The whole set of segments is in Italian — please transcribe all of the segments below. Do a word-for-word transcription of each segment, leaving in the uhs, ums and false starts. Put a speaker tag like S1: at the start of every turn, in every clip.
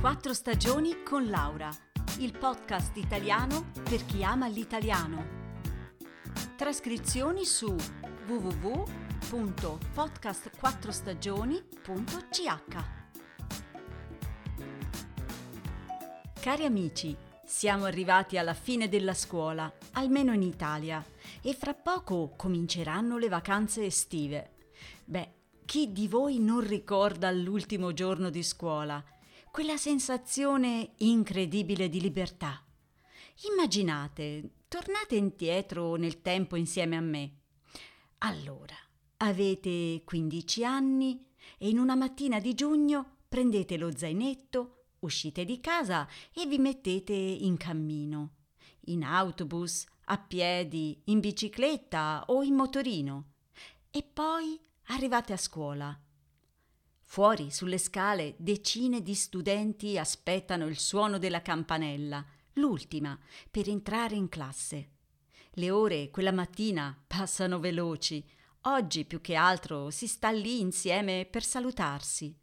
S1: Quattro stagioni con Laura, il podcast italiano per chi ama l'italiano. Trascrizioni su w w w punto podcast quattro stagioni punto c h. Cari amici, siamo arrivati alla fine della scuola, almeno in Italia, e fra poco cominceranno le vacanze estive. Beh, chi di voi non ricorda l'ultimo giorno di scuola? Quella sensazione incredibile di libertà. Immaginate, tornate indietro nel tempo insieme a me. Allora, avete quindici anni e in una mattina di giugno prendete lo zainetto, uscite di casa e vi mettete in cammino. In autobus, a piedi, in bicicletta o in motorino. E poi arrivate a scuola. Fuori, sulle scale, decine di studenti aspettano il suono della campanella, l'ultima, per entrare in classe. Le ore quella mattina passano veloci. Oggi più che altro si sta lì insieme per salutarsi.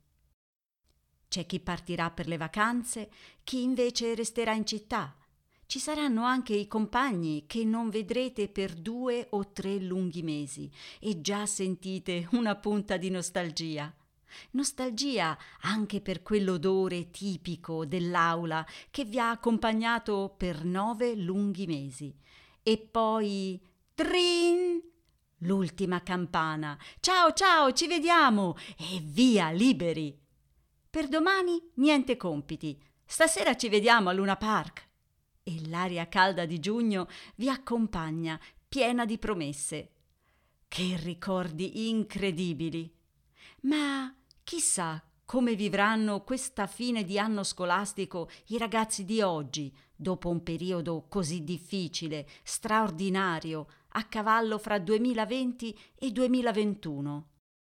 S1: C'è chi partirà per le vacanze, chi invece resterà in città. Ci saranno anche i compagni che non vedrete per due o tre lunghi mesi e già sentite una punta di nostalgia. Nostalgia anche per quell'odore tipico dell'aula che vi ha accompagnato per nove lunghi mesi. E poi trin! L'ultima campana. Ciao ciao, ci vediamo! E via, liberi! Per domani niente compiti. Stasera ci vediamo a Luna Park. E l'aria calda di giugno vi accompagna, piena di promesse. Che ricordi incredibili! Ma chissà come vivranno questa fine di anno scolastico i ragazzi di oggi, dopo un periodo così difficile, straordinario, a cavallo fra duemilaventi e duemilaventuno.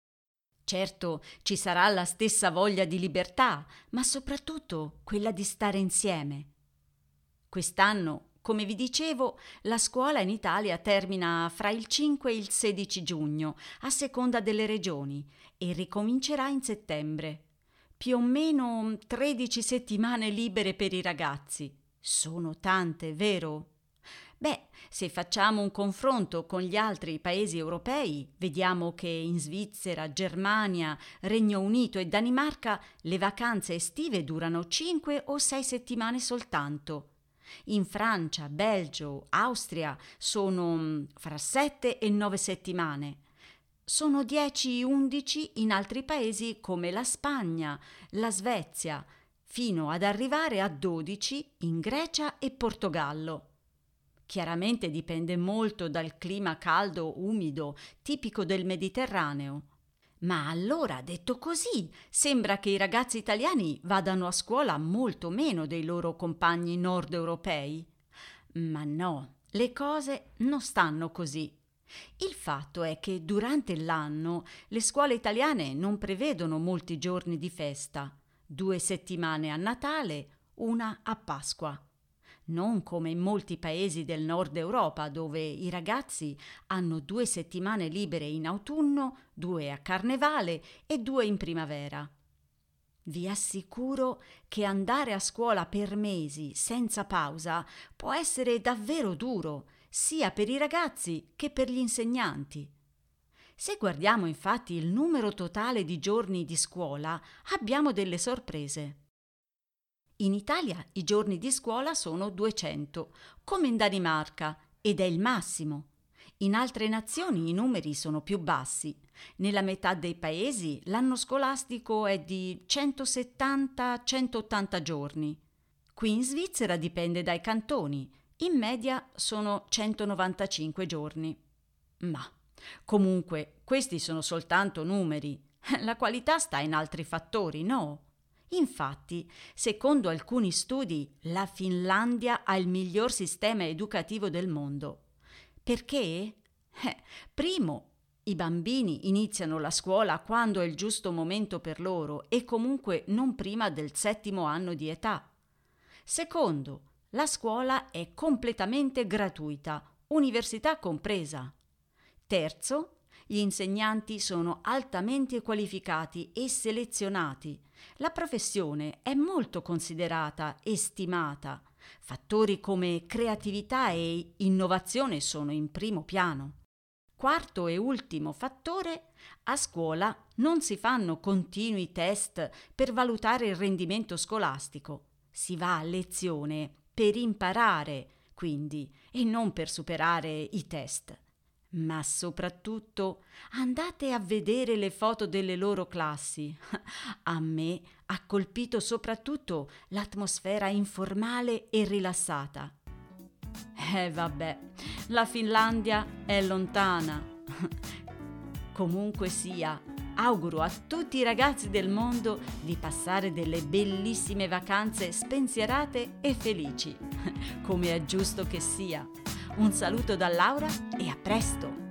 S1: Certo, ci sarà la stessa voglia di libertà, ma soprattutto quella di stare insieme. Quest'anno, come vi dicevo, la scuola in Italia termina fra il cinque e il sedici giugno, a seconda delle regioni, e ricomincerà in settembre. Più o meno tredici settimane libere per i ragazzi. Sono tante, vero? Beh, se facciamo un confronto con gli altri paesi europei, vediamo che in Svizzera, Germania, Regno Unito e Danimarca le vacanze estive durano cinque o sei settimane soltanto. In Francia, Belgio, Austria sono fra sette e nove settimane. Sono dieci undici in altri paesi come la Spagna, la Svezia, fino ad arrivare a dodici in Grecia e Portogallo. Chiaramente dipende molto dal clima caldo umido tipico del Mediterraneo. Ma allora, detto così, sembra che i ragazzi italiani vadano a scuola molto meno dei loro compagni nord europei. Ma no, le cose non stanno così. Il fatto è che durante l'anno le scuole italiane non prevedono molti giorni di festa, due settimane a Natale, una a Pasqua. Non come in molti paesi del nord Europa, dove i ragazzi hanno due settimane libere in autunno, due a Carnevale e due in primavera. Vi assicuro che andare a scuola per mesi senza pausa può essere davvero duro, sia per i ragazzi che per gli insegnanti. Se guardiamo infatti il numero totale di giorni di scuola, abbiamo delle sorprese. In Italia i giorni di scuola sono duecento, come in Danimarca, ed è il massimo. In altre nazioni i numeri sono più bassi. Nella metà dei paesi l'anno scolastico è di centosettanta centottanta giorni. Qui in Svizzera dipende dai cantoni. In media sono centonovantacinque giorni. Ma, comunque, questi sono soltanto numeri. La qualità sta in altri fattori, no? Infatti, secondo alcuni studi, la Finlandia ha il miglior sistema educativo del mondo. Perché? Eh, primo, i bambini iniziano la scuola quando è il giusto momento per loro e comunque non prima del settimo anno di età. Secondo, la scuola è completamente gratuita, università compresa. Terzo, Gli insegnanti sono altamente qualificati e selezionati. La professione è molto considerata e stimata. Fattori come creatività e innovazione sono in primo piano. Quarto e ultimo fattore, a scuola non si fanno continui test per valutare il rendimento scolastico. Si va a lezione per imparare, quindi, e non per superare i test. Ma soprattutto andate a vedere le foto delle loro classi. A me ha colpito soprattutto l'atmosfera informale e rilassata. Eh vabbè, la Finlandia è lontana. Comunque sia, auguro a tutti i ragazzi del mondo di passare delle bellissime vacanze spensierate e felici, come è giusto che sia. Un saluto da Laura e a presto!